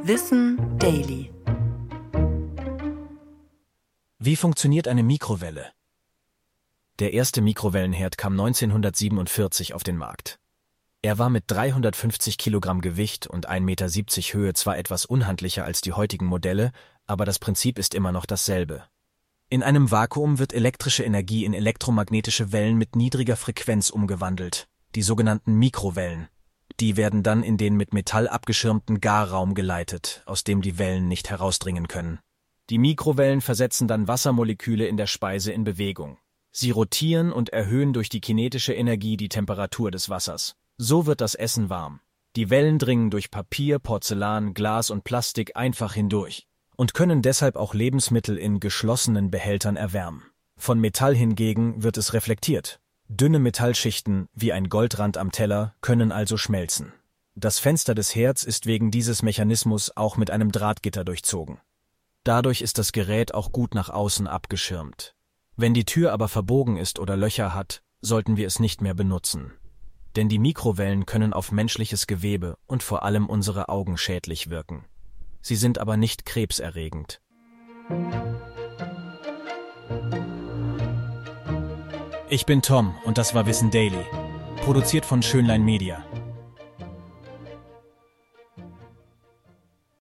Wissen Daily. Wie funktioniert eine Mikrowelle? Der erste Mikrowellenherd kam 1947 auf den Markt. Er war mit 350 Kilogramm Gewicht und 1,70 Meter Höhe zwar etwas unhandlicher als die heutigen Modelle, aber das Prinzip ist immer noch dasselbe. In einem Vakuum wird elektrische Energie in elektromagnetische Wellen mit niedriger Frequenz umgewandelt, die sogenannten Mikrowellen. Die werden dann in den mit Metall abgeschirmten Garraum geleitet, aus dem die Wellen nicht herausdringen können. Die Mikrowellen versetzen dann Wassermoleküle in der Speise in Bewegung. Sie rotieren und erhöhen durch die kinetische Energie die Temperatur des Wassers. So wird das Essen warm. Die Wellen dringen durch Papier, Porzellan, Glas und Plastik einfach hindurch und können deshalb auch Lebensmittel in geschlossenen Behältern erwärmen. Von Metall hingegen wird es reflektiert. Dünne Metallschichten, wie ein Goldrand am Teller, können also schmelzen. Das Fenster des Herds ist wegen dieses Mechanismus auch mit einem Drahtgitter durchzogen. Dadurch ist das Gerät auch gut nach außen abgeschirmt. Wenn die Tür aber verbogen ist oder Löcher hat, sollten wir es nicht mehr benutzen. Denn die Mikrowellen können auf menschliches Gewebe und vor allem unsere Augen schädlich wirken. Sie sind aber nicht krebserregend. Ich bin Tom und das war Wissen Daily, produziert von Schönlein Media.